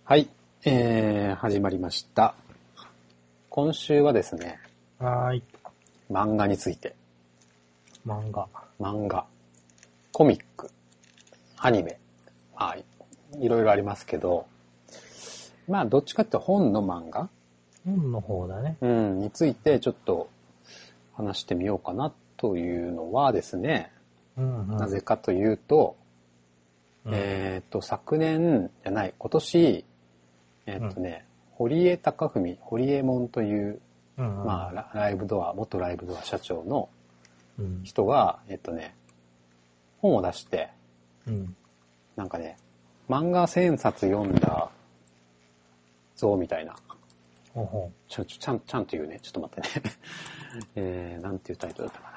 はい、始まりました。今週はですね、漫画について。漫画、コミック、アニメ、いろいろありますけど、まあどっちかっていうと本の漫画の方だね。 についてちょっと話してみようかなというのはですね、なぜかというと、昨年じゃない、今年、堀江貴文、堀江門という、まあ、元ライブドア社長の人が、本を出して、なんかね、漫画1000冊読んだぞ、みたいな。ちゃんと言うね。ちょっと待ってね。なんていうタイトルだったかな。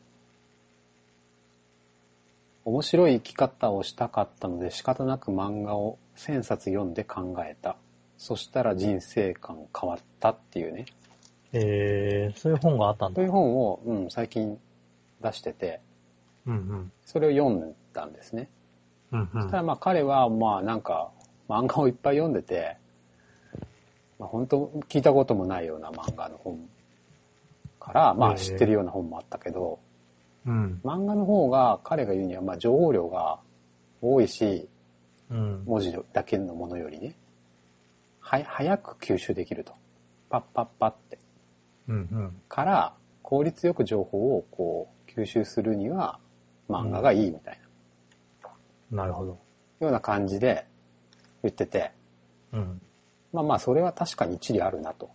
面白い生き方をしたかったので仕方なく漫画を1000冊読んで考えた。そしたら人生観変わったっていうね。 そういう本があったんだ。 そういう本を、最近出してて、それを読んだんですね。そしたらまあ彼はまあなんか漫画をいっぱい読んでて、まあ、本当聞いたこともないような漫画の本からまあ知ってるような本もあったけど、漫画の方が彼が言うにはまあ情報量が多いし、文字だけのものよりね、早く吸収できると。パッパッパって。から効率よく情報をこう吸収するには漫画がいいみたいな。なるほど。 ような感じで言ってて、まあそれは確かに一理あるなと。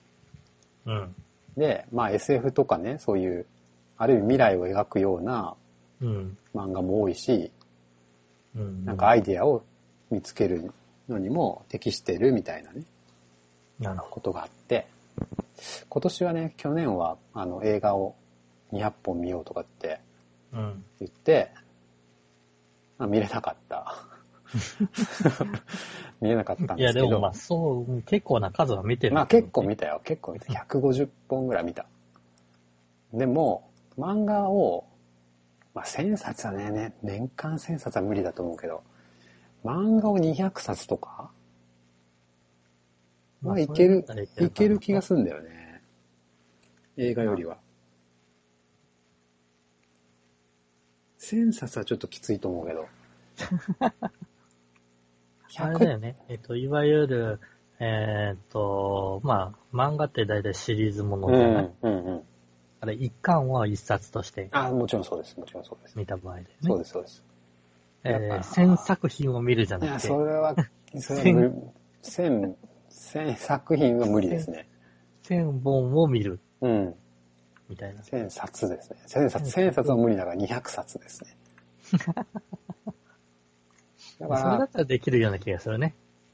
で、まあ SF とかね、そういうある意味未来を描くような漫画も多いし、なんかアイデアを見つけるのにも適してるみたいなね、ことがあって、今年はね、去年は映画を200本見ようとかって言って、まあ、見れなかった。見れなかったんですけど。 いやでもまあそう、結構な数は見てる、ね。 まあ結構見たよ。150本ぐらい見た。でも、漫画を、まあ1000冊はね、年間1000冊は無理だと思うけど、漫画を200冊とかまあいける気がするんだよね。映画よりは。1000冊はちょっときついと思うけど。 あれだよね。いわゆる、まあ、漫画って大体シリーズものじゃない？あれ、一巻は一冊として。 もちろんそうです。 見た場合でね。 そうです。 1000作品を見るじゃなくて。 いや、それは1000作品は無理ですね。 1000本を見る。みたいな。 1000冊ですね。1000冊は無理だから200冊ですね。 だからそれだったらできるような気がするね。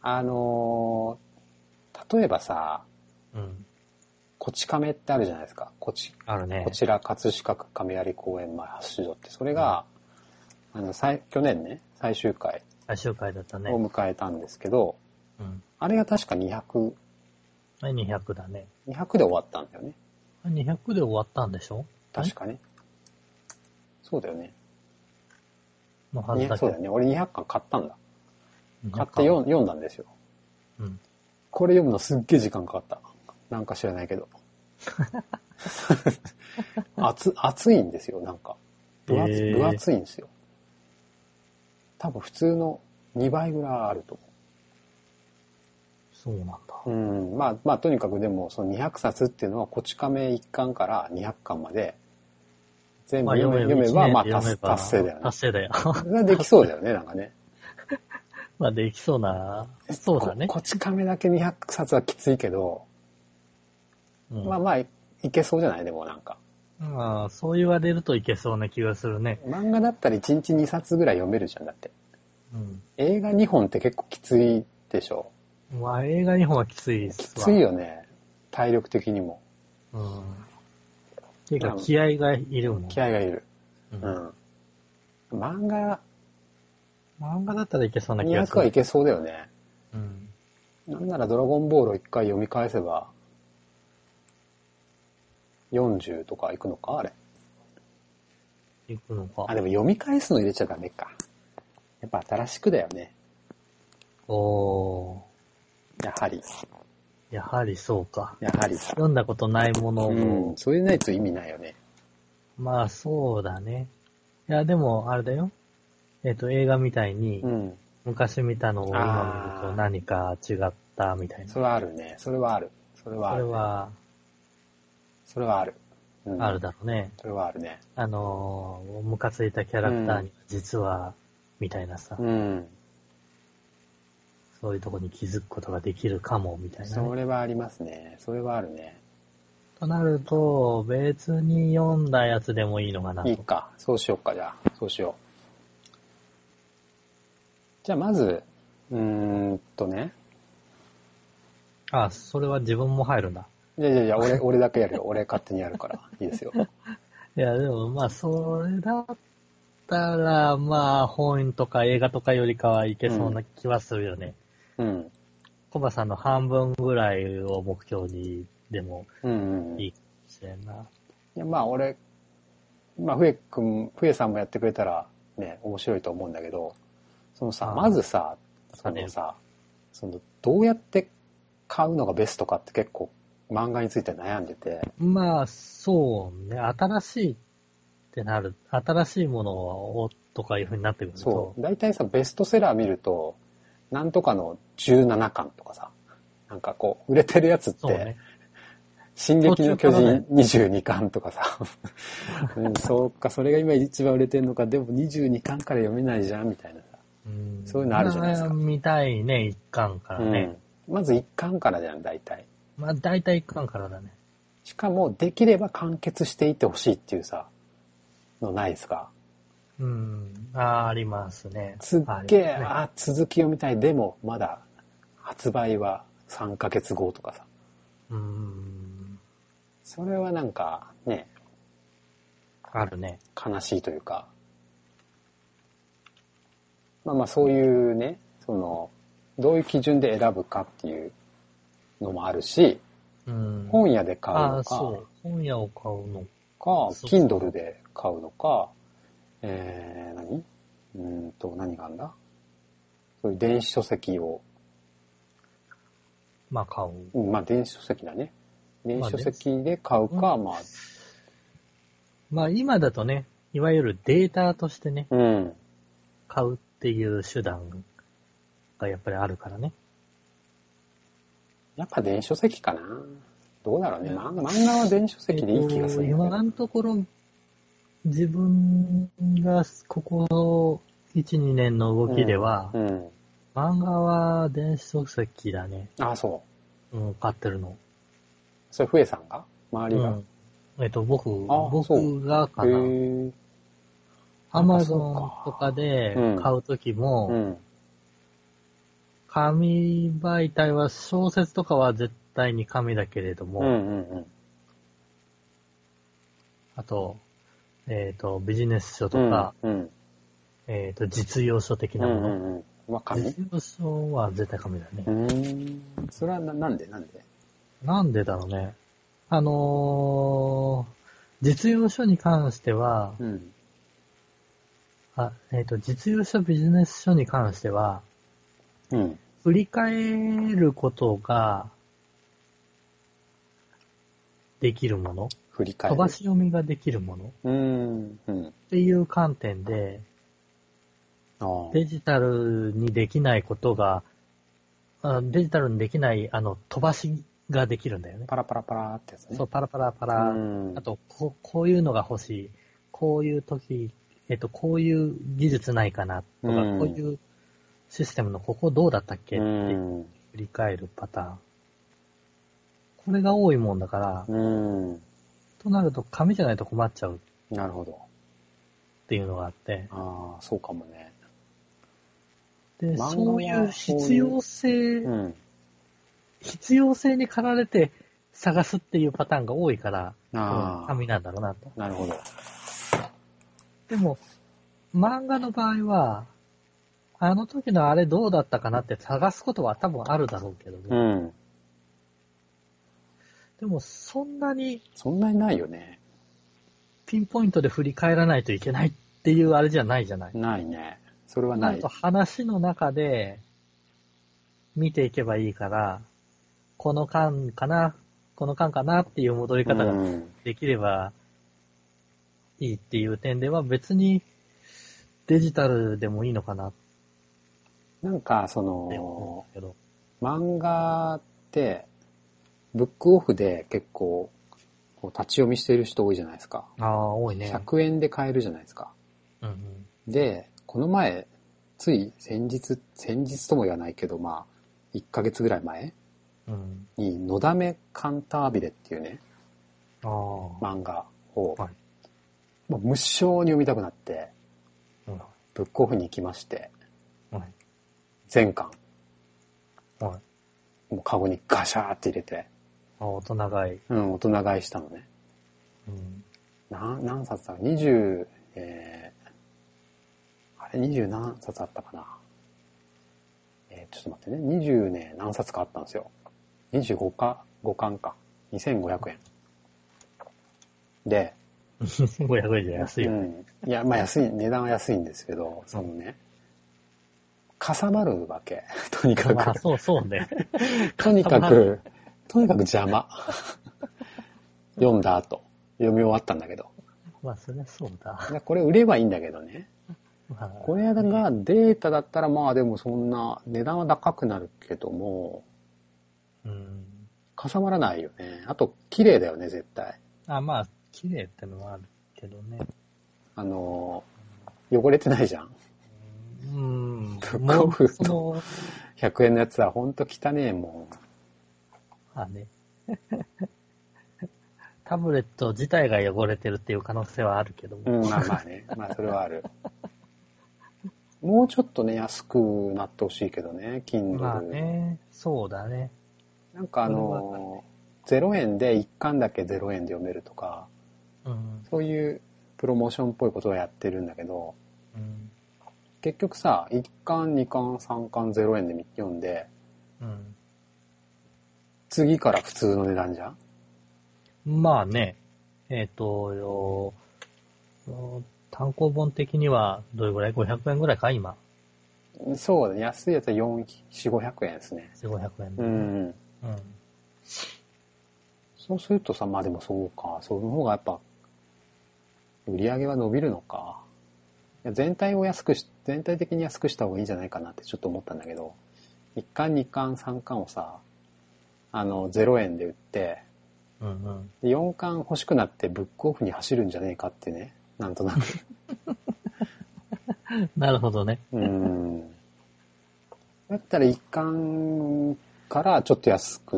例えばさ、こち亀ってあるじゃないですか。 あるね。 こちら葛飾区亀有公園前発出所って、それが、去年ね、最終回だったね。 を迎えたんですけど、あれが確か200。 200だね。 200で終わったんだよね。 200で終わったんでしょ？ 確かね。そうだよね。 のはずだけど。 そうだよね。俺200巻買ったんだ。買って読んだんですよ。これ読むのすっげえ時間かかった。なんか知らないけど。熱いんですよ、なんか。分厚いんですよ。多分普通の2倍ぐらいあると思う。 そうなんだ。まあとにかくでもその200冊っていうのはこち亀1巻から200巻まで全部読めばまあ達成だよね。 達成だよ。 できそうだよね、なんかね。 まあできそうな、そうだね。 こち亀だけ200冊はきついけど、まあいけそうじゃない？でもなんか。 そう言われるといけそうな気がするね。 漫画だったら1日2冊ぐらい読めるじゃん、だって。映画2本って結構きついでしょ。 まあ映画2本はきついっすわ。 きついよね。体力的にも。 ていうか気合がいるもん。 気合がいる。漫画だったらいけそうな気がする。 200はいけそうだよね。なんならドラゴンボールを1回読み返せば、40とかいくのかあれ。 いくのか。 でも読み返すの入れちゃダメか。やっぱ新しくだよね。 やはり。 やはりそうか。 やはり。 読んだことないものを。 それないと意味ないよね。 まあそうだね。いやでも、あれだよ。映画みたいに、昔見たのを今見ると何か違ったみたいな。 それはあるね。それはある。それはある、ね。それはある。 あるだろうね。 それはあるね。 ムカついたキャラクターに実は、みたいなさ。そういうとこに気づくことができるかも、みたいな、ね。 それはありますね。それはあるね。 となると、別に読んだやつでもいいのかなと。 いいか。そうしようか、じゃあ。そうしよう。じゃあまず、ね。 あ、それは自分も入るんだ。 いや、俺だけやるよ。俺勝手にやるから。いいですよ。 いや、でもまあ、それだったら、まあ、本とか映画とかよりかはいけそうな気はするよね。コバさんの半分ぐらいを目標にでもいいかもしれんな。 いや、まあ俺、まあ、ふえさんもやってくれたらね、面白いと思うんだけど、そのさ、まずさ、どうやって買うのがベストかって結構漫画について悩んでて。 まあ、そうね。新しいものをとかいう風になってくると。 そう。大体さ、ベストセラー見ると、なんとかの17巻とかさ、なんかこう、売れてるやつって、ね、進撃の巨人22巻とかさ、そうか、それが今一番売れてるのか、でも22巻から読めないじゃん、みたいなさ。そういうのあるじゃないですか。 見たいね、1巻からね。 まず1巻からじゃん、大体。 まあ、大体1巻からだね。 しかも、できれば完結していてほしいっていうさ、のないですか？ ありますね。 すっげえ、続き読みたい。でも、まだ、発売は3ヶ月後とかさ。それはなんか、ね。 あるね。 悲しいというか。まあそういうね、どういう基準で選ぶかっていうのもあるし、本屋で買うのか、 本屋を買うのか、Kindle で買うのか、何があんだ？そういう電子書籍を。 まあ買う。 まあ電子書籍だね。電子書籍で買うか、 まあ今だとね、いわゆるデータとしてね、買うっていう手段がやっぱりあるからね。 やっぱ電子書籍かな。どうだろうね。漫画は電子書籍でいい気がする、ね。 今のところ、自分がここ1、2年の動きでは、漫画は電子書籍だね。 あ、そう。 買ってるの。 それ、ふえさんが？周りが？ 僕がかな。アマゾンとかで買うときも、紙媒体は小説とかは絶対に紙だけれども、あと、ビジネス書とか、実用書的なもの。実用書は絶対紙だね。 それはなんでなんでだろうね。実用書に関しては、実用書、ビジネス書に関しては、振り返ることができるもの、飛ばし読みができるもの、っていう観点で、デジタルにできないことが、デジタルにできない、飛ばしができるんだよね。 パラパラパラってやつね。 そう、パラパラパラ。あと、こういうのが欲しい。こういう時、こういう技術ないかなとか、こういうシステムのここどうだったっけって振り返るパターン。これが多いもんだから、となると紙じゃないと困っちゃう。 なるほど。 っていうのがあって。 ああ、そうかもね。 で、そういう必要性に駆られて探すっていうパターンが多いから、紙なんだろうなと。 なるほど。 でも、漫画の場合は、あの時のあれどうだったかなって探すことは多分あるだろうけどね。でも、そんなにないよね。 ピンポイントで振り返らないといけないっていうあれじゃないじゃない。 ないね。それはない。 話の中で、 見ていけばいいから、この間かなっていう戻り方ができればいいっていう点では別にデジタルでもいいのかな。 なんか、漫画って、ブックオフで結構、立ち読みしてる人多いじゃないですか。 ああ、多いね。 100円で買えるじゃないですか。 うんうん、 で、この前、つい先日とも言わないけど、まあ、1ヶ月ぐらい前に、のだめカンタービレっていうね、漫画を、はい、もう無性に読みたくなって、ブックオフに行きまして、全巻、もうカゴにガシャーって入れて、 大人買い。 うん、大人買いしたのね。何冊だ ?20、あれ20何冊あったかな。ちょっと待ってね。20ね、何冊かあったんですよ。25か、5巻か。2500円。で、 2500円じゃ安いよね。 うん。いや、まあ安い、値段は安いんですけど、そのね、かさばるわけ。とにかく。 まあ、そうね。 とにかく邪魔。読んだ後。読み終わったんだけど。 まあ、そりゃそうだ。 これ売ればいいんだけどね。まあ、これがデータだったらまあでもそんな値段は高くなるけども、かさばらないよね。あと綺麗だよね、絶対。 まあ、綺麗ってのはあるけどね。 汚れてないじゃん。ブックオフと100円のやつはほんと汚ねえもん。 ね。タブレット自体が汚れてるっていう可能性はあるけども。 まあまあね。まあそれはある。もうちょっとね、安くなってほしいけどね、Kindle。 まあね、そうだね。 なんか0円で1巻だけ0円で読めるとか、そういうプロモーションっぽいことはやってるんだけど、結局さ、1巻、2巻、3巻0円で読んで、次から普通の値段じゃん？ まあね、単行本的にはどれぐらい ?500 円ぐらいか今。 そうだね。安いやつは4、500円ですね。 4、500円、 ね。そうするとさ、まあでもそうか。その方がやっぱ、売り上げは伸びるのか。全体的に安くした方がいいんじゃないかなってちょっと思ったんだけど、1巻、2巻、3巻をさ、0円で売って、4巻欲しくなってブックオフに走るんじゃねえかってね、なんとなく。 なるほどね。 だったら1巻からちょっと安い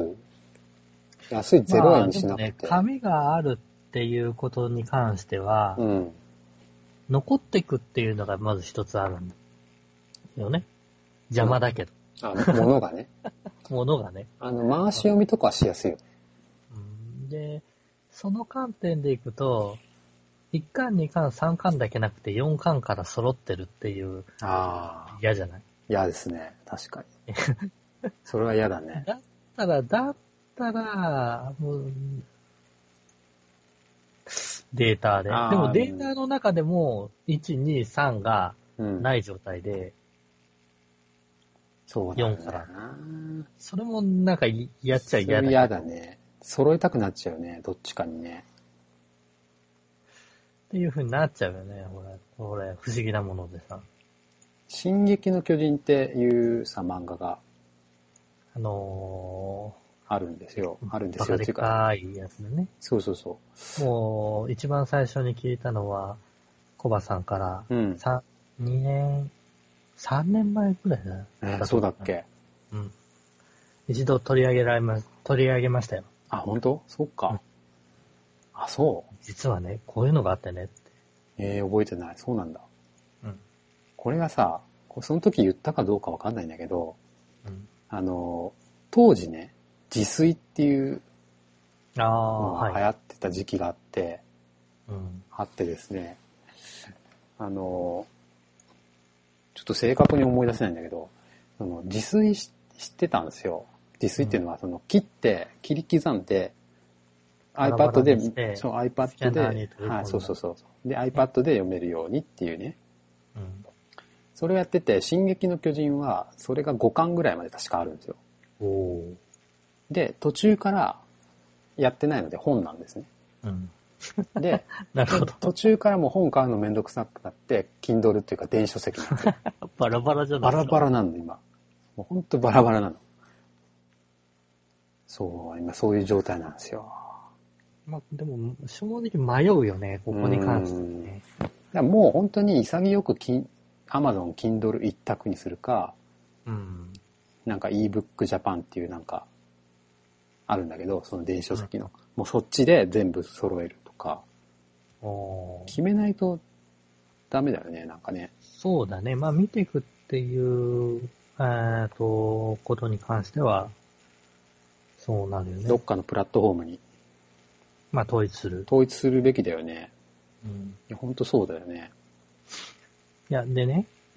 0円にしなくて。 紙があるっていうことに関しては、残っていくっていうのがまず一つあるんだよね。邪魔だけど。 物がね。 物がね。 回し読みとかはしやすいよね。 で、その観点でいくと、1巻、2巻、3巻だけなくて4巻から揃ってるっていう、嫌じゃない？ 嫌ですね。確かに。それは嫌だね。 だったら、もう、データで。でもデータの中でも、1、2、3がない状態で、 そうだね。 4から。それもなんかやっちゃ嫌だ。 それ嫌だね。揃えたくなっちゃうね。どっちかにね。 っていう風になっちゃうよね。これ不思議なものでさ。 進撃の巨人っていうさ、漫画が。あるんですよ。あるんですよ。 バカでかいやつでね。 そうそうそう。 もう、一番最初に聞いたのは、コバさんから、3年前くらいだね。 そうだっけ？ 一度取り上げましたよ。 本当？そっか。そう。 実はね、こういうのがあってねって。 覚えてない。そうなんだ。これがさ、その時言ったかどうかわかんないんだけど、当時ね、自炊っていうのが流行ってた時期があって、あってですね、ちょっと正確に思い出せないんだけど、自炊してたんですよ。自炊っていうのは、切り刻んで、iPad で、iPad で、そう。で、iPad で読めるようにっていうね。 それをやってて、進撃の巨人は、それが5巻ぐらいまで確かあるんですよ。で、途中からやってないので本なんですね。 うん。 で、 なるほど。 途中からもう本買うのめんどくさくなって、Kindle っていうか電子書籍になって。 バラバラじゃないですか。 バラバラなんだ、今。もうほんとバラバラなの。そう、今そういう状態なんですよ。 まあ、でも、正直迷うよね、ここに関してね。 もう本当に潔くAmazon Kindle 一択にするか、 うん。 なんか ebook Japan っていうなんか、あるんだけど、その電子書籍の。もうそっちで全部揃えるとか、決めないとダメだよね、なんかね。 そうだね。まあ見ていくっていう、ことに関しては、そうなるよね。 どっかのプラットフォームに。 まあ統一する。 統一するべきだよね。 うん。 いや、ほんとそうだよね。 いや、でね、 うん、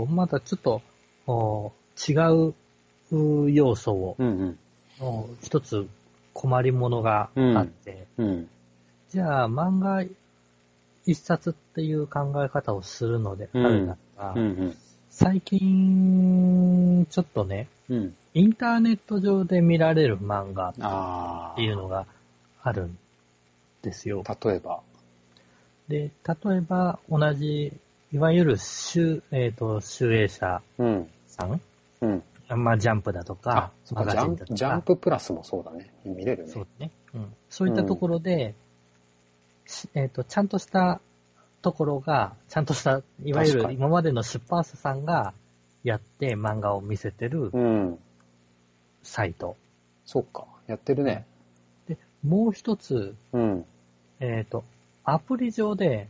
またちょっと、違う要素を、 うん一つ困りものがあって、 うん、 じゃあ漫画一冊っていう考え方をするのであるならば、最近、ちょっとね、インターネット上で見られる漫画っていうのがあるんですよ。 例えばで、例えば同じ、いわゆる集英社さん、まあジャンプだとか、 マガジンだとか。ジャンププラスもそうだね。見れるね。 そうね。そういったところで、ちゃんとしたところが、ちゃんとした、いわゆる今までの出版社さんがやって漫画を見せてるサイト。 そっか、やってるね。 で、もう一つ、アプリ上で、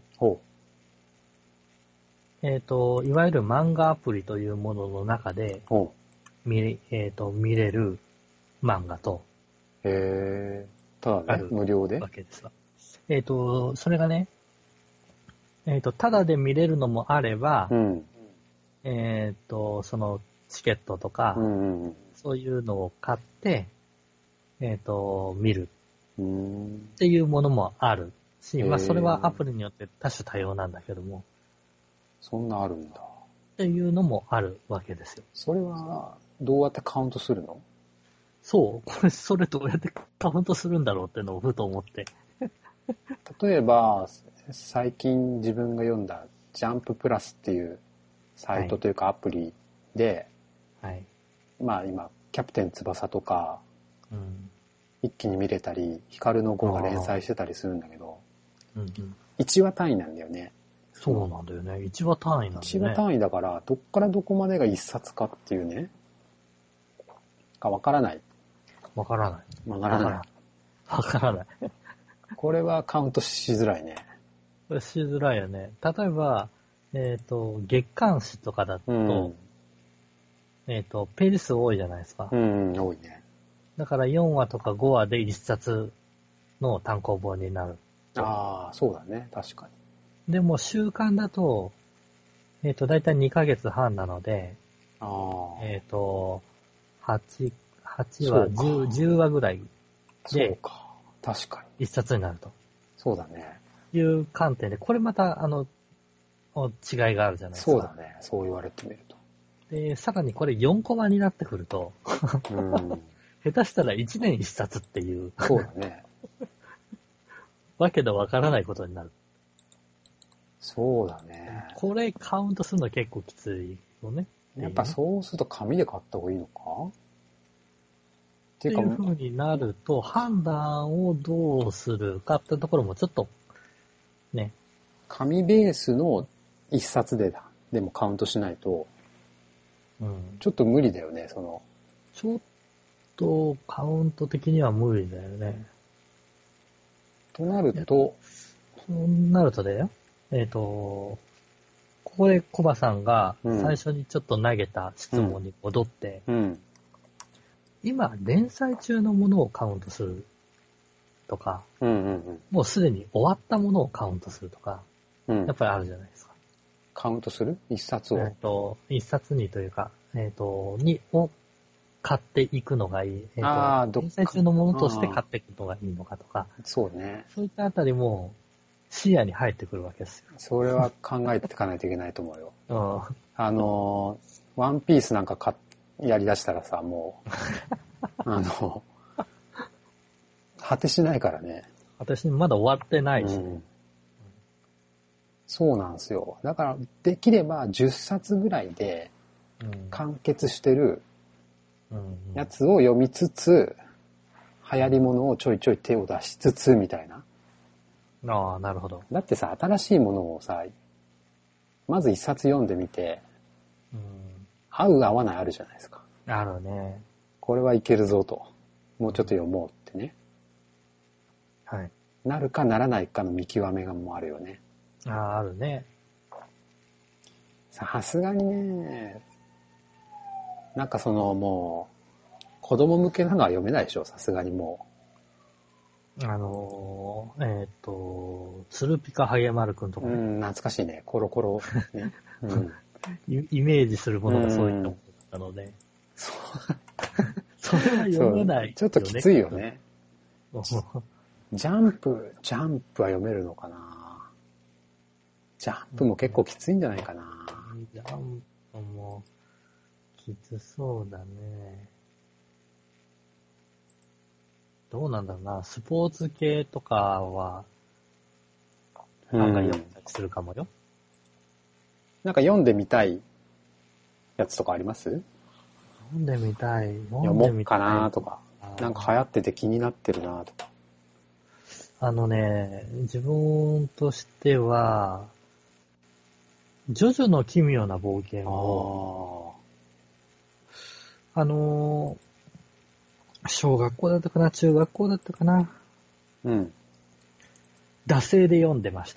いわゆる漫画アプリというものの中で、見れる漫画と、 ただね、無料でわけですわ。それがね、ただで見れるのもあれば、そのチケットとか、そういうのを買って、見るっていうものもあるし、まあそれはアプリによって多種多様なんだけども。 そんなあるんだ。 っていうのもあるわけですよ。 それは、どうやってカウントするの？ そう。それどうやってカウントするんだろうってのをふと思って。 例えば、最近自分が読んだジャンププラスっていうサイトというかアプリで、まあ今、キャプテン翼とか、一気に見れたり、光の碁が連載してたりするんだけど、1話単位なんだよね。 そうなんだよね。1話単位なんだよね。 1話単位だから、どっからどこまでが1冊かっていうね、がわからない。 わからない。 わからない。 わからない。 これはカウントしづらいね。 これしづらいよね。例えば、月刊誌とかだと、ページ数多いじゃないですか。 多いね。 だから4話とか5話で1冊の単行本になる。 ああ、そうだね。確かに。 でも週刊だと、だいたい2ヶ月半なので、8話、10話ぐらいで、 そうか。確かに。1冊になると。 そうだね。 いう観点で、これまた、違いがあるじゃないですか。 そうだね。そう言われてみると。 で、さらにこれ4コマになってくると、下手したら1年1冊っていう。 そうだね。 わけでわからないことになる。 そうだね。 これカウントするの結構きついよね。 やっぱそうすると紙で買った方がいいのかっていう風になると、判断をどうするかってところもちょっと、ね。 紙ベースの一冊でもカウントしないと、ちょっと無理だよね、その。 ちょっとカウント的には無理だよね。 となると、 そうなるとだよ。ここでコバさんが最初にちょっと投げた質問に戻って、今連載中のものをカウントするとか、もうすでに終わったものをカウントするとか、やっぱりあるじゃないですか。 カウントする？一冊を。 一冊にというか、を買っていくのがいい。連載中のものとして買っていくのがいいのかとか。 そうね。 そういったあたりも視野に入ってくるわけですよ。 それは考えていかないといけないと思うよ。 うん。 ワンピースなんかやりだしたらさ、もう、果てしないからね。 私まだ終わってないし、ね。 うん、そうなんですよ。だから、できれば10冊ぐらいで完結してるやつを読みつつ、流行り物をちょいちょい手を出しつつ、みたいな。 ああ、なるほど。 だってさ、新しいものをさ、まず一冊読んでみて、合う合わないあるじゃないですか。 あるね。 これはいけるぞと。もうちょっと読もうってね。 はい。 なるかならないかの見極めがもうあるよね。 ああ、あるね。 さすがにね、なんかもう、子供向けなのは読めないでしょ、さすがにもツルピカハゲマルくんとか、 ね。懐かしいね。コロコロ、ね。 イメージするものがそういったものだったので。それは読めない、ね。 ちょっときついよね。ジャンプは読めるのかな。ジャンプも結構きついんじゃないかな。 ジャンプもきつそうだね。どうなんだろうな。スポーツ系とかは、なんか読んだりするかもよ。 なんか読んでみたいやつとかあります？ 読んでみたい。 読もうかなとか。なんか流行ってて気になってるなとか。 自分としては、ジョジョの奇妙な冒険を、小学校だったかな、中学校だったかな。惰性で読んでました。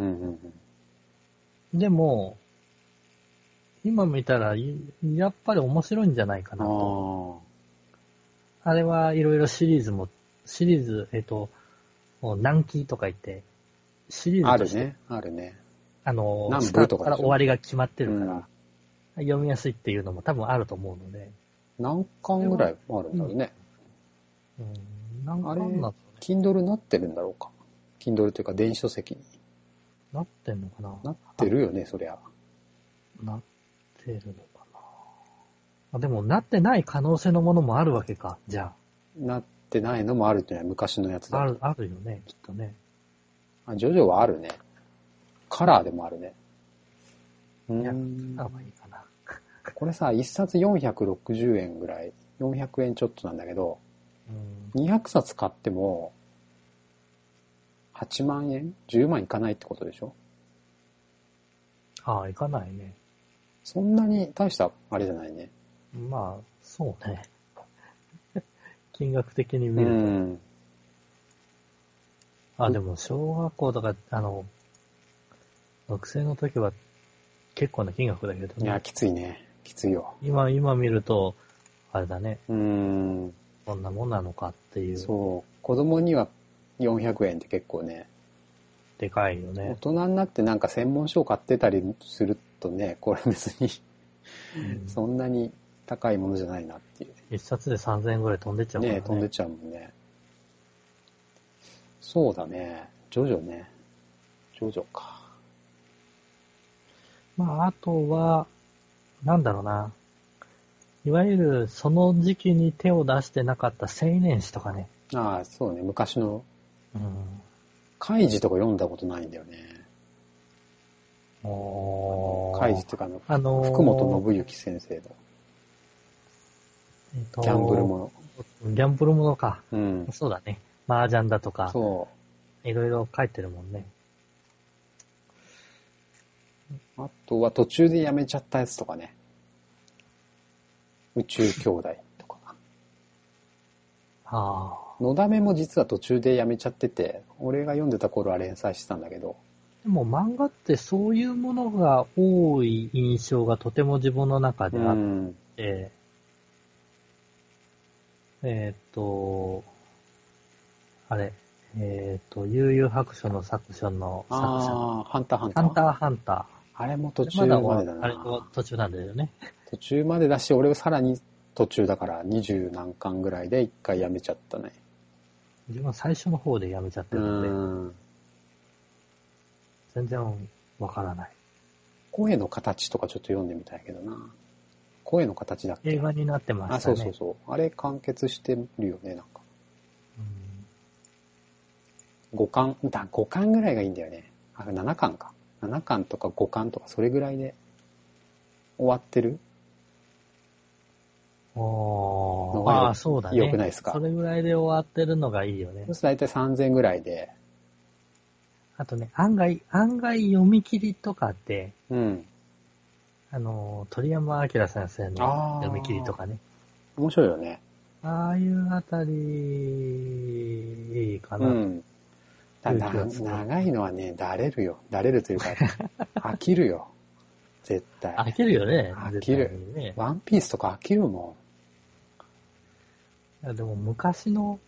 でも、今見たら、やっぱり面白いんじゃないかなと。あれはいろいろシリーズ、何期とか言って、シリーズとして。 あるね。 スタートから終わりが決まってるから、読みやすいっていうのも多分あると思うので。 何巻ぐらいあるんだろうね。 何巻なんだろうね。 Kindle なってるんだろうか。Kindle というか電子書籍に。 なってんのかな？ なってるよね、そりゃ。 なってるのかな。でも、なってない可能性のものもあるわけか、じゃあ。 なってないのもあるっていうのは昔のやつだと。 あるよね、きっとね。 ジョジョはあるね。カラーでもあるね。 いや、あばいいかな。 これさ、1冊460円ぐらい、400円ちょっとなんだけど、200冊買っても、8万円 ?10 万いかないってことでしょ？ ああ、いかないね。 そんなに大したあれじゃないね。 まあ、そうね。金額的に見ると。でも小学校とか、学生の時は結構な金額だけどね。 いや、きついね。きついよ。 今見ると、あれだね。こんなもんなのかっていう。 そう。子供には400円って結構ね。 でかいよね。 大人になってなんか専門書を買ってたりするとね、これ別にそんなに高いものじゃないなっていう。 一冊で3000円ぐらい飛んでっちゃうからね。 ね、飛んでっちゃうもんね。そうだね。ジョジョね。ジョジョか。 あとは、なんだろうな。いわゆるその時期に手を出してなかった青年誌とかね。 ああ、そうね。昔の。カイジとか読んだことないんだよね。カイジっていうか福本信之先生の。ギャンブルもの。 ギャンブルものか。そうだね。麻雀だとか。 そう。 いろいろ書いてるもんね。 あとは途中でやめちゃったやつとかね。宇宙兄弟とか。のだめも実は途中でやめちゃってて、俺が読んでた頃は連載してたんだけど。 でも漫画ってそういうものが多い印象がとても自分の中であって、悠々白書の作者の作者。 ハンターハンター。 ハンターハンター。 あれも途中までだな。 あれも途中なんだよね。 途中までだし、俺はさらに途中だから20何巻ぐらいで一回やめちゃったね。 自分は最初の方でやめちゃってるので。 全然わからない。 声の形とかちょっと読んでみたいけどな。声の形だっけ？ 映画になってましたね。 そうそうそう。あれ完結してるよね、なんか。5巻ぐらいがいいんだよね。7巻か。7巻とか5巻とかそれぐらいで終わってるのがそうだね。 良くないですか？ それぐらいで終わってるのがいいよね。 そうすると大体3000ぐらいで。 あとね、案外読み切りとかって、 うん。 鳥山明先生の読み切りとかね。 面白いよね。 ああいうあたり、いいかな。うん。 長いのはね、だれるよ。だれるというか、飽きるよ。絶対。 飽きるよね。 飽きる。ね、ワンピースとか飽きるもん。いやでも昔の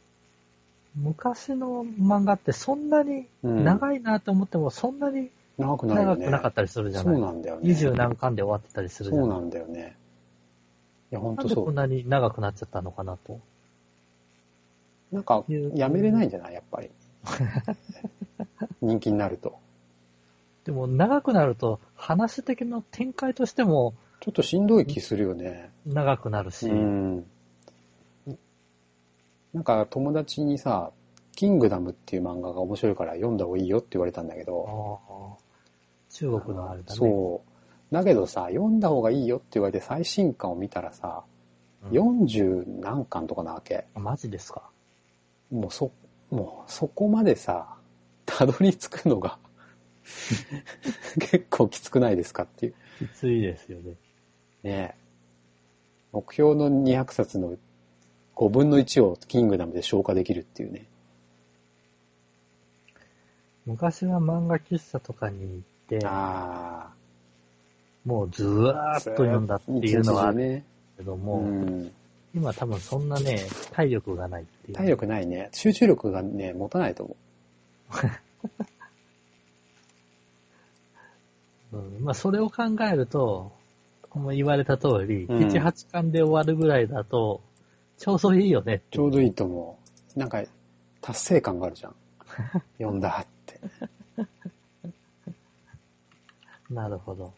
漫画ってそんなに長いなと思ってもそんなに長くなかったりするじゃない。 そうなんだよね。 20何巻で終わってたりするじゃない。 そうなんだよね。いや、ほんとそう。 なんでこんなに長くなっちゃったのかなと。 なんか、やめれないんじゃないやっぱり。人気になると。 でも長くなると話的な展開としてもちょっとしんどい気するよね。 長くなるし。 なんか友達にさ、キングダムっていう漫画が面白いから読んだ方がいいよって言われたんだけど。 中国のあれだね。 そう。だけどさ、読んだ方がいいよって言われて最新巻を見たらさ、40何巻とかなわけ。 マジですか？ もうそこまでさ、たどり着くのが結構きつくないですかっていう。 きついですよね。 ねえ。目標の200冊の5分の1をキングダムで消化できるっていうね。 昔は漫画喫茶とかに行って、もうずーっと読んだっていうのはあるけども、今多分そんなね、体力がないっていう。 体力ないね。集中力がね、持たないと思う。まあそれを考えると、もう言われた通り、7、8巻で終わるぐらいだと、ちょうどいいよね。 ちょうどいいと思う。なんか、達成感があるじゃん。読んだって。 なるほど。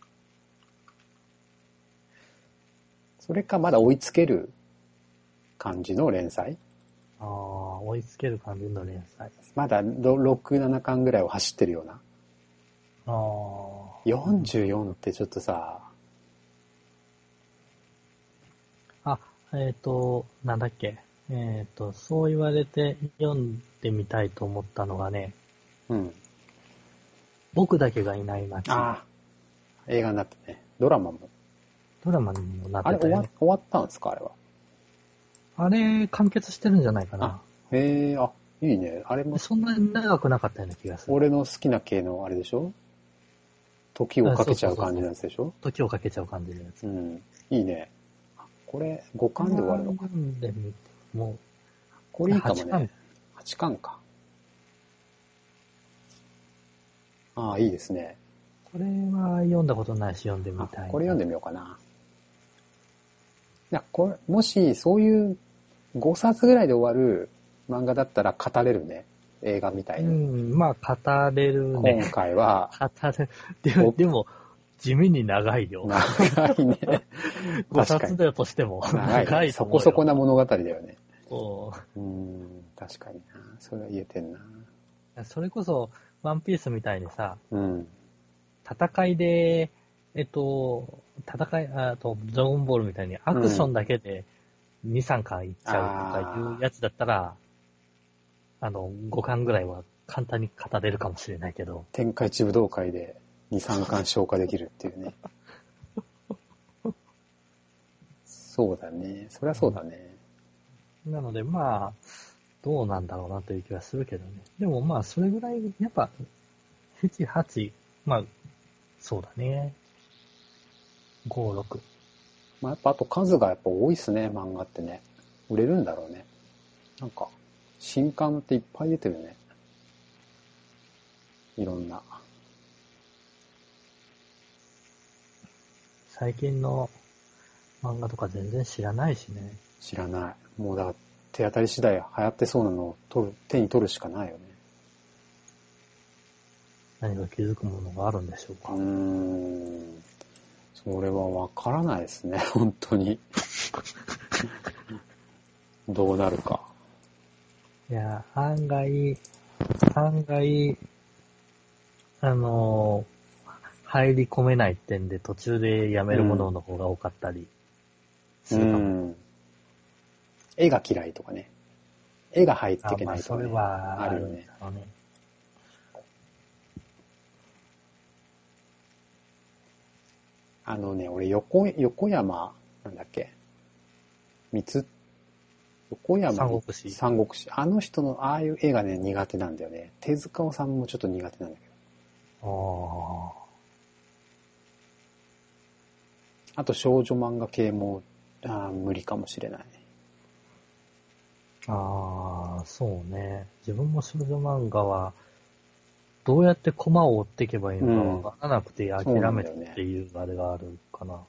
それかまだ追いつける感じの連載？ 追いつける感じの連載。 まだ6、7巻ぐらいを走ってるような。44ってちょっとさ。 なんだっけ。そう言われて読んでみたいと思ったのがね。僕だけがいない街。 映画になってね。ドラマにもなってたよね。あれ終わったんですかあれは。 あれ、完結してるんじゃないかな。 へえ、いいね。あれも。 そんなに長くなかったような気がする。 俺の好きな系のあれでしょ？時をかけちゃう感じのやつでしょ？ 時をかけちゃう感じのやつ。 いいね。これ5巻で終わるのかな。 もう、 これいいかもね。8巻か。いいですね。 これは読んだことないし読んでみたい。 これ読んでみようかな。いや、もしそういう5冊ぐらいで終わる漫画だったら語れるね。映画みたいに。 まあ語れるね。 今回は。 語れる。でも、地味に長いよ。 長いね。 5冊だとしても長い。そこそこな物語だよね。確かにな。それは言えてんな。 それこそ、ワンピースみたいにさ、戦いで、ドラゴンボールみたいにアクションだけで2、3巻いっちゃうとかいうやつだったら、5巻ぐらいは簡単に語れるかもしれないけど。 天下一武道会で2、3巻消化できるっていうね。そうだね。そりゃそうだね。 なのでまあ、どうなんだろうなという気はするけどね。でもまあ、それぐらい、やっぱ、7、8、まあ、そうだね。5、6。 まあやっぱあと数がやっぱ多いっすね、漫画ってね。売れるんだろうね。なんか、新刊っていっぱい出てるね。いろんな。 最近の漫画とか全然知らないしね。 知らない。もうだから手当たり次第流行ってそうなのを手に取るしかないよね。 何か気づくものがあるんでしょうか。 それはわからないですね、本当に。どうなるか。 いや、案外、入り込めない点で途中でやめるものの方が多かったりするかも。 絵が嫌いとかね。絵が入っていけないとか、ね。 それはあるよね。俺横山、なんだっけ。横山三国志。あの人のああいう絵がね、苦手なんだよね。手塚治虫もちょっと苦手なんだけど。あと少女漫画系も無理かもしれない。 そうね。自分も少女漫画は、どうやってコマを追っていけばいいのかわからなくて諦めてっていうあれがあるかな。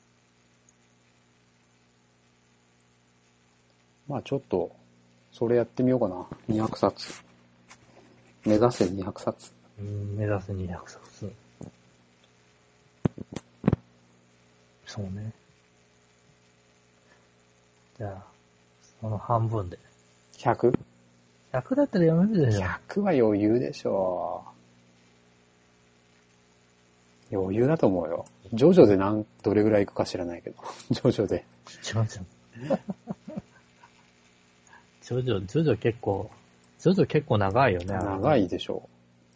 まあちょっと、それやってみようかな。200冊。目指せ200冊。 目指せ200冊。そうね。じゃあ、その半分で。 100？ 100 だったら読めるでしょ。 100は余裕でしょう。余裕だと思うよ。ジョジョでどれぐらいいくか知らないけど。ジョジョで。 ジョジョ結構長いよね。 長いでしょ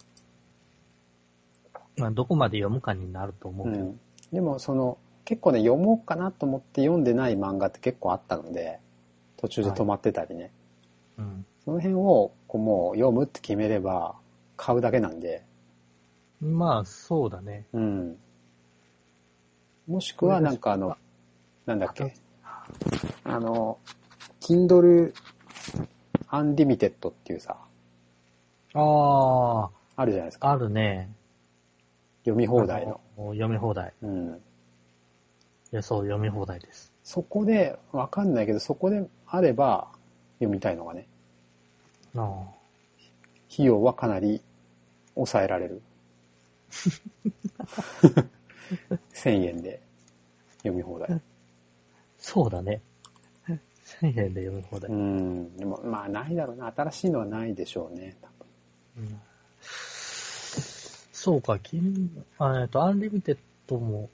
う。まあ、どこまで読むかになると思うけど。 でも結構ね、読もうかなと思って読んでない漫画って結構あったので、途中で止まってたりね。その辺をもう読むって決めれば買うだけなんで。 まあ、そうだね。 もしくはなんかなんだっけ。Kindle Unlimited っていうさ。あるじゃないですか。 あるね。 読み放題の。 読み放題。いや、そう、読み放題です。 そこで、わかんないけど、そこであれば読みたいのがね。費用はかなり抑えられる。1000円で読み放題。 そうだね。1000円で読み放題。 でも、まあないだろうな。新しいのはないでしょうね。多分。 そうか、アンリミテッドも、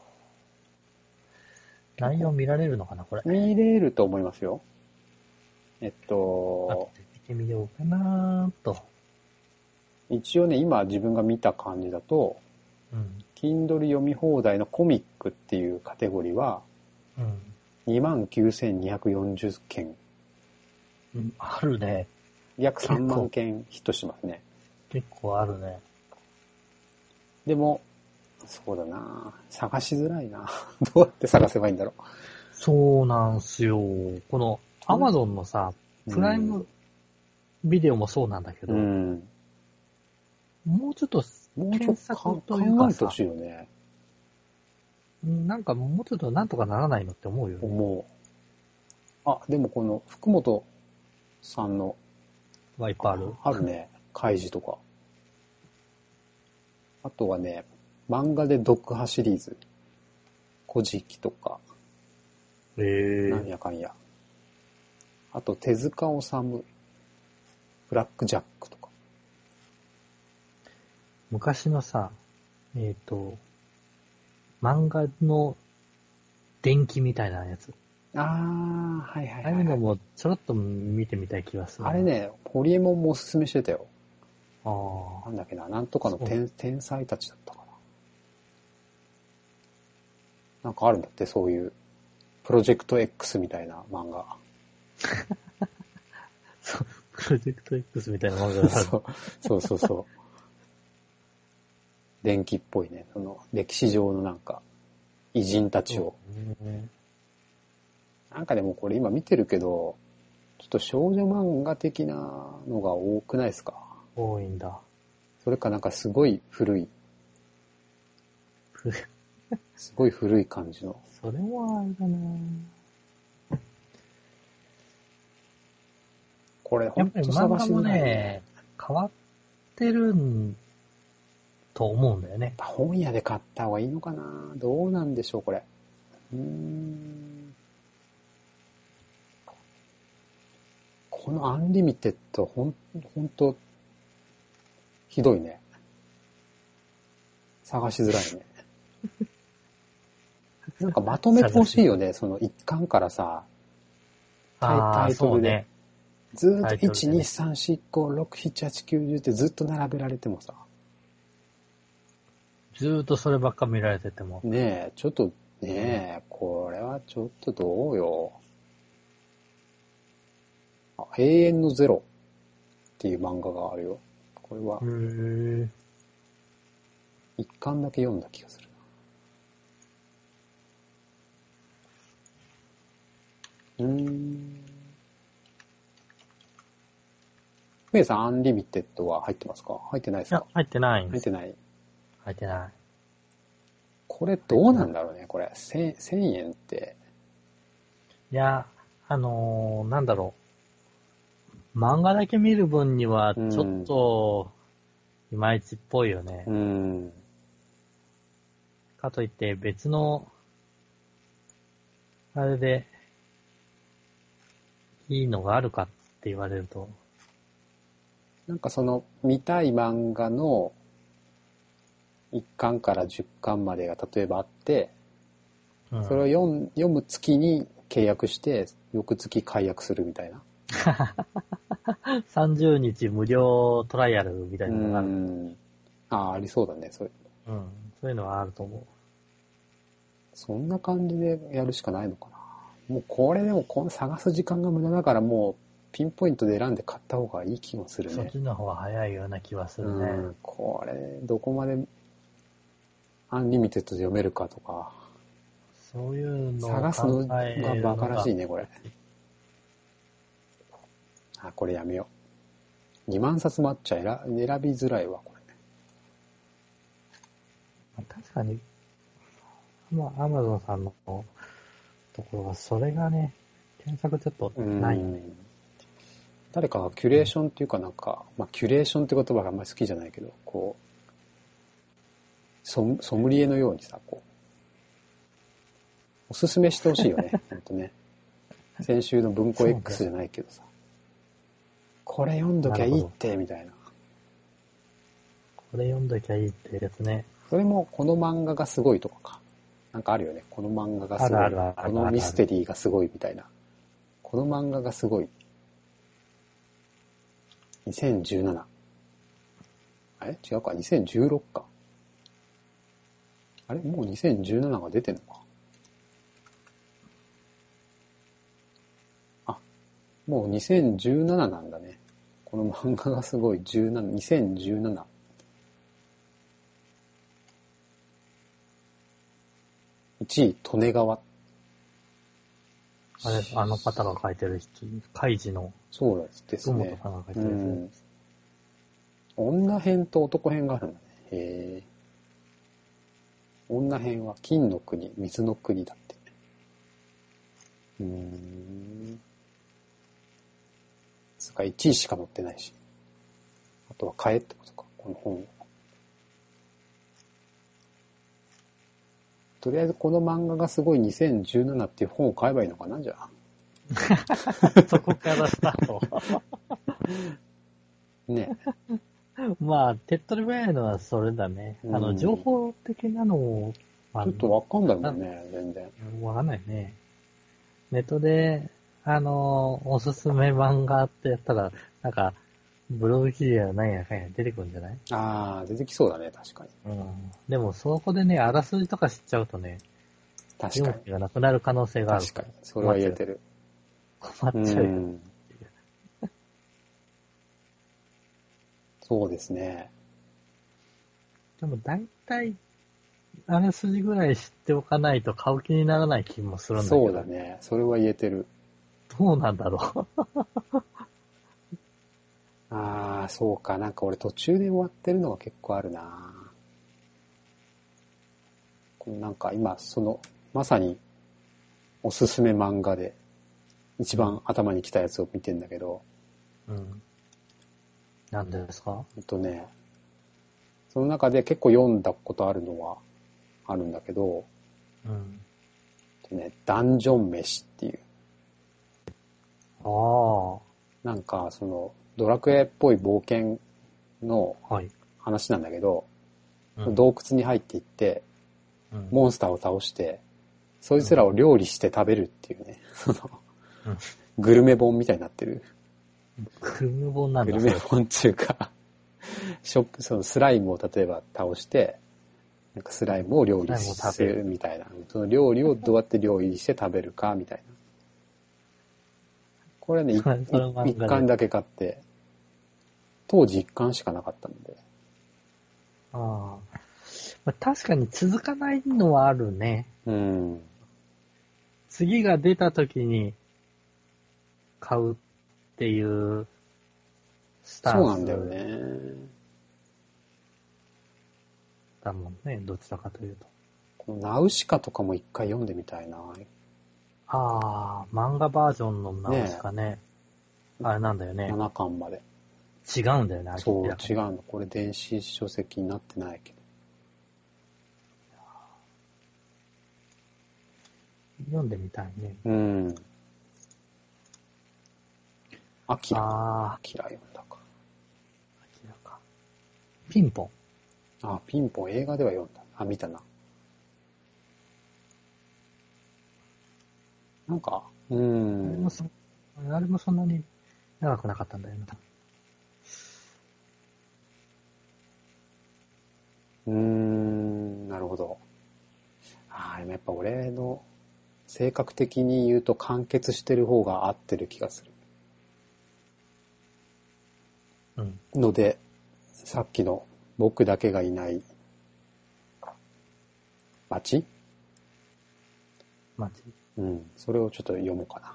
内容見られるのかな、これ。 見れると思いますよ。 見てみようかなと。 一応ね、今自分が見た感じだと、Kindle 読み放題のコミックっていうカテゴリーは、29,240 件。 あるね。 約3万件ヒットしてますね。 結構あるね。 でも、そうだな、探しづらいな。どうやって探せばいいんだろう。 そうなんすよ。この Amazon のさ、プライムビデオもそうなんだけど、もうちょっと検索というかさ、 考えてほしいよね。 なんかもうちょっとなんとかならないのって思うよね。 思う。でもこの福本さんのはいっぱいある。 あるね。開示とか。あとはね、漫画で読破シリーズ。古事記とか。なんやかんや。あと手塚治虫。ブラックジャックとか。 昔のさ、漫画の電気みたいなやつ。 はいはいはい。 ああいうのもちょろっと見てみたい気がする。 あれね、ホリエモンもおすすめしてたよ。なんだっけな、なんとかの天才たちだったかな。なんかあるんだって、そういう、プロジェクト X みたいな漫画。 そう、プロジェクト X みたいな漫画がある。 そう。電気っぽいね。歴史上のなんか、偉人たちを。なんかでもこれ今見てるけど、ちょっと少女漫画的なのが多くないですか？ 多いんだ。 それかなんかすごい古い。すごい古い感じの。 それはあれだな。 これほんと探しづらい。 やっぱり漫画もね、変わってるんと思うんだよね。 本屋で買った方がいいのかな？どうなんでしょう、これ。このアンリミテッド、ほんと、ひどいね。探しづらいね。なんかまとめてほしいよね、その一巻からさ、タイトルで。ね、ずーっと1、2、3、4、5、6、7、8、9、10ってずっと並べられてもさ。 ずーっとそればっか見られてても。 ねえ、ちょっと、ねえ、これはちょっとどうよ。永遠のゼロっていう漫画があるよ。これは。一巻だけ読んだ気がするな。メイさん、アンリミテッドは入ってますか？入ってないですか？いや、 入ってないんです。入ってない。 入ってない。 これどうなんだろうね、これ。1000円って。 いや、なんだろう。漫画だけ見る分には、ちょっと、いまいちっぽいよね。かといって、別の、あれで、いいのがあるかって言われると。 なんかその、見たい漫画の、1巻から10巻までが例えばあって、それを読む月に契約して、翌月解約するみたいな。 30日無料トライアルみたいなのがある。 ありそうだね、そういうの。そういうのはあると思う。 そんな感じでやるしかないのかな。もうこれでもこの探す時間が無駄だからもうピンポイントで選んで買った方がいい気もするね。 そっちの方が早いような気はするね。 これどこまでアンリミテッドで読めるかとか。 そういうのを探すのがバカらしいね、これ。これやめよう。2万冊もあっちゃ選びづらいわ、これ。確かに、アマゾンさんのところは、それがね、検索ちょっとないよね。 誰かがキュレーションっていうかなんか、キュレーションって言葉があんまり好きじゃないけど、こう、ソムリエのようにさ、こう、おすすめしてほしいよね、ほんとね。先週の文庫 X じゃないけどさ。これ読んどきゃいいって、みたいな。 これ読んどきゃいいってやつね。 それも、この漫画がすごいとかか。なんかあるよね。この漫画がすごい。このミステリーがすごいみたいな。この漫画がすごい。2017。あれ違うか ?2016 か。あれもう2017が出てんのか。もう2017なんだね。この漫画がすごい。2017。1位、利根川。 あの方が書いてる人、カイジの。 そうですね。 本さんが書いてるやつ。 女編と男編があるんだね。へー。女編は金の国、水の国だって。そっか、1位しか載ってないし。あとは買えってことか、この本を。とりあえずこの漫画がすごい2017っていう本を買えばいいのかな、じゃあ。 そこからスタート。 ね。 手っ取り早いのはそれだね。情報的なのを、 ちょっとわかんないもんね、全然。 わかんないね。ネットで、おすすめ漫画ってやったら、なんか、ブログ記事や何やかんや出てくるんじゃない？ 出てきそうだね、確かに。 でも、そこでね、あらすじとか知っちゃうとね、 確かに。 読む気がなくなる可能性がある。 確かに。それは言えてる。 困っちゃうよ。 そうですね。 でも、大体、あらすじぐらい知っておかないと買う気にならない気もするんだけど。 そうだね。それは言えてる。 どうなんだろう。 そうか。なんか俺途中で終わってるのが結構あるな。なんか今、まさにおすすめ漫画で一番頭に来たやつを見てんだけど。 何ですか？ その中で結構読んだことあるのはあるんだけど、 うん。 ダンジョン飯っていう。 ああ。 なんか、ドラクエっぽい冒険のはい。 話なんだけど、 うん、 洞窟に入っていって、 うん、 モンスターを倒して、そいつらを料理して食べるっていうね、 うん、 グルメ本みたいになってる。 グルメ本なんだ。 グルメ本っていうかそのスライムを例えば倒して、なんかスライムを料理するみたいな。その料理をどうやって料理して食べるかみたいな。これね、一巻だけ買って、当時一巻しかなかったので。 ああ。まあ、確かに続かないのはあるね。 うん。 次が出た時に買うっていうスタンス。 そうなんだよね。 だもんね、どちらかというと。 このナウシカとかも一回読んでみたいな。 ああ、漫画バージョンのナウシカね。あれなんだよね。 7巻まで。 違うんだよね、あれ。 そう、違うの。これ電子書籍になってないけど。 読んでみたいね。 うん。アキラ。 あアキラ読んだか。 アキラか。ピンポン。 あ、ピンポン映画では読んだ。あ、見たな。なんか、 あれもそんなに長くなかったんだよな。 なるほど。ああ、でもやっぱ俺の性格的に言うと完結してる方が合ってる気がする。 うん。 ので、さっきの僕だけがいない街？うん。それをちょっと読もうかな。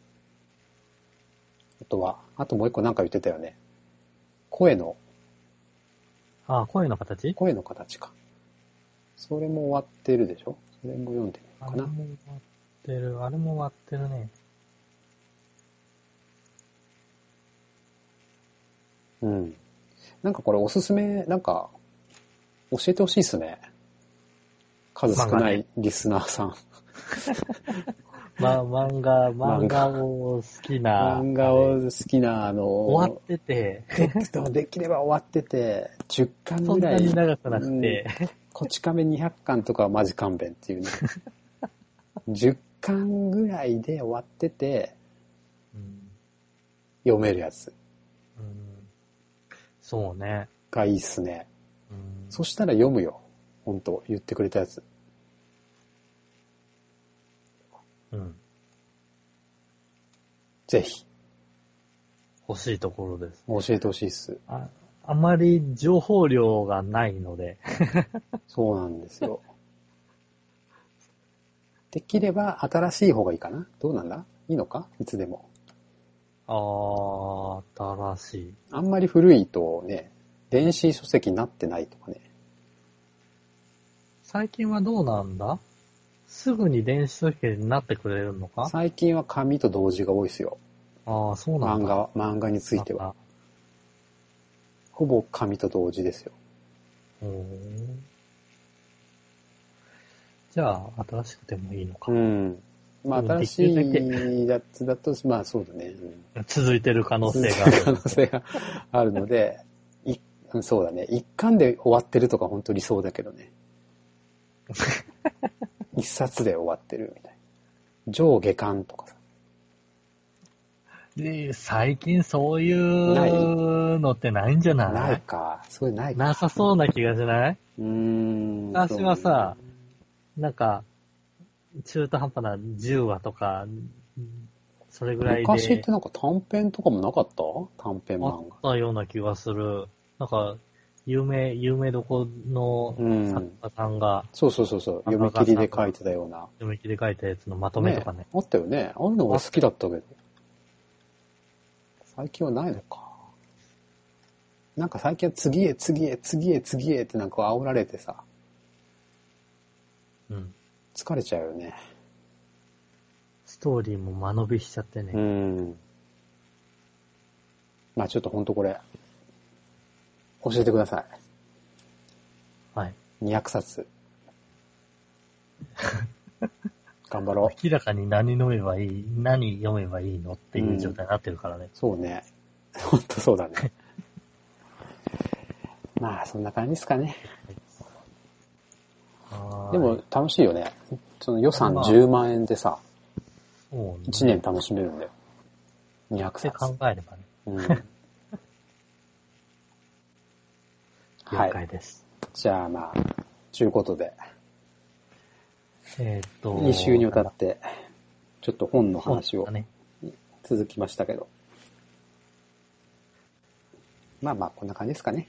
あともう一個なんか言ってたよね。声の声の形か。それも終わってるでしょ？それも読んでみようかな。 あれも終わってるね。 うん。なんかこれおすすめ、なんか、教えてほしいっすね。数少ないリスナーさん。 漫画を好きな。 漫画を好きな、 終わってて。 できれば終わってて、10巻ぐらい。 そんなに長くなくて。 こち亀200巻とかはマジ勘弁っていうね。10巻ぐらいで終わってて、読めるやつ。 そうね。 がいいっすね。そしたら読むよ。ほんと、言ってくれたやつ。ぜひ。 欲しいところです。 教えてほしいっす。 あまり情報量がないので。 そうなんですよ。できれば新しい方がいいかな？どうなんだ？いいのか？いつでも。 新しい。 あんまり古いとね、電子書籍になってないとかね。 最近はどうなんだ？すぐに電子書籍になってくれるのか？ 最近は紙と同時が多いですよ。 そうなんだ。 漫画については。ほぼ紙と同時ですよ。 じゃあ、新しくてもいいのか。 まあ、新しいやつだと、まあそうだね。 続いてる可能性がある。 可能性があるので、そうだね。一巻で終わってるとか本当理想だけどね。一冊で終わってるみたいな。上下巻とかさ。 最近そういうのってないんじゃない？ ないか。そういうないか。 なさそうな気がしない？昔はさ、なんか、中途半端な10話とか、それぐらいで。 昔ってなんか短編とかもなかった？短編漫画。 あったような気がする。なんか、有名どこの作家さんが、 そう。読み切りで書いてたような。 読み切りで書いたやつのまとめとかね。 あったよね。ああいうのが好きだったけど。最近はないのか。なんか最近は次へってなんか煽られてさ。疲れちゃうよね。 ストーリーも間延びしちゃってね。 まあちょっとほんとこれ、教えてください。 200冊。頑張ろう。 明らかに何読めばいい、何読めばいいのっていう状態になってるからね。 そうね。ほんとそうだね。まあ、そんな感じですかね。でも、楽しいよね。その予算10万円でさ、1年楽しめるんだよ。200冊。 って考えればね。 うん。 了解です。 じゃあまあ、ということで。 2 週にわたって、ちょっと本の話を続きましたけど。まあまあ、こんな感じですかね。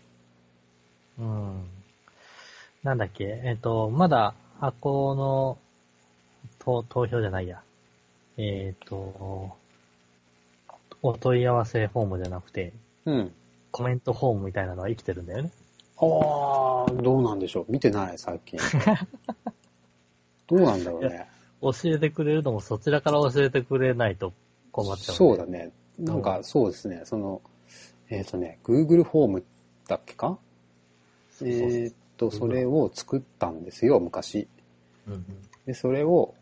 なんだっけ、まだ箱の投票じゃないや。お問い合わせフォームじゃなくて、コメントフォームみたいなのは生きてるんだよね。 ああ、どうなんでしょう。見てない、最近。どうなんだろうね。 教えてくれるのもそちらから教えてくれないと困っちゃう、ね。 そうだね。なんかそうですね。Google フォームだっけか？それを作ったんですよ、昔。で、それを、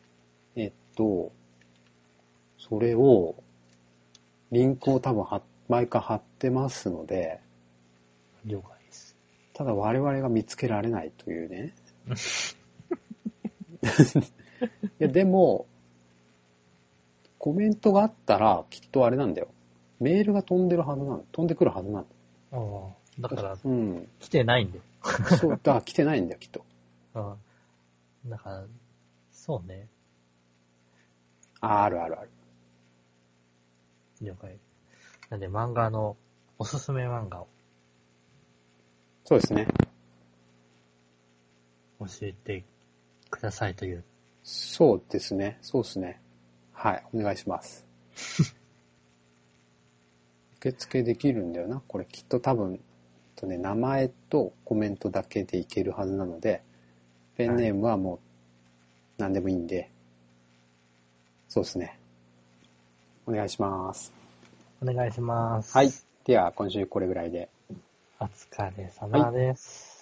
リンクを多分毎回貼ってますので、 了解です。 ただ我々が見つけられないというね。いや、でも、コメントがあったら、きっとあれなんだよ。メールが飛んでくるはずなんだ。 だから、来てないんだよ。 そう、だから来てないんだよ、きっと。 だから、そうね。 ある。 了解。なんでおすすめ漫画を。 そうですね。 教えてくださいという。 そうですね。はい、お願いします。受付できるんだよな。これきっと多分、名前とコメントだけでいけるはずなので、ペンネームはもう何でもいいんで、そうですね。お願いします。 お願いします。 はい。では、今週これぐらいで。 お疲れ様です。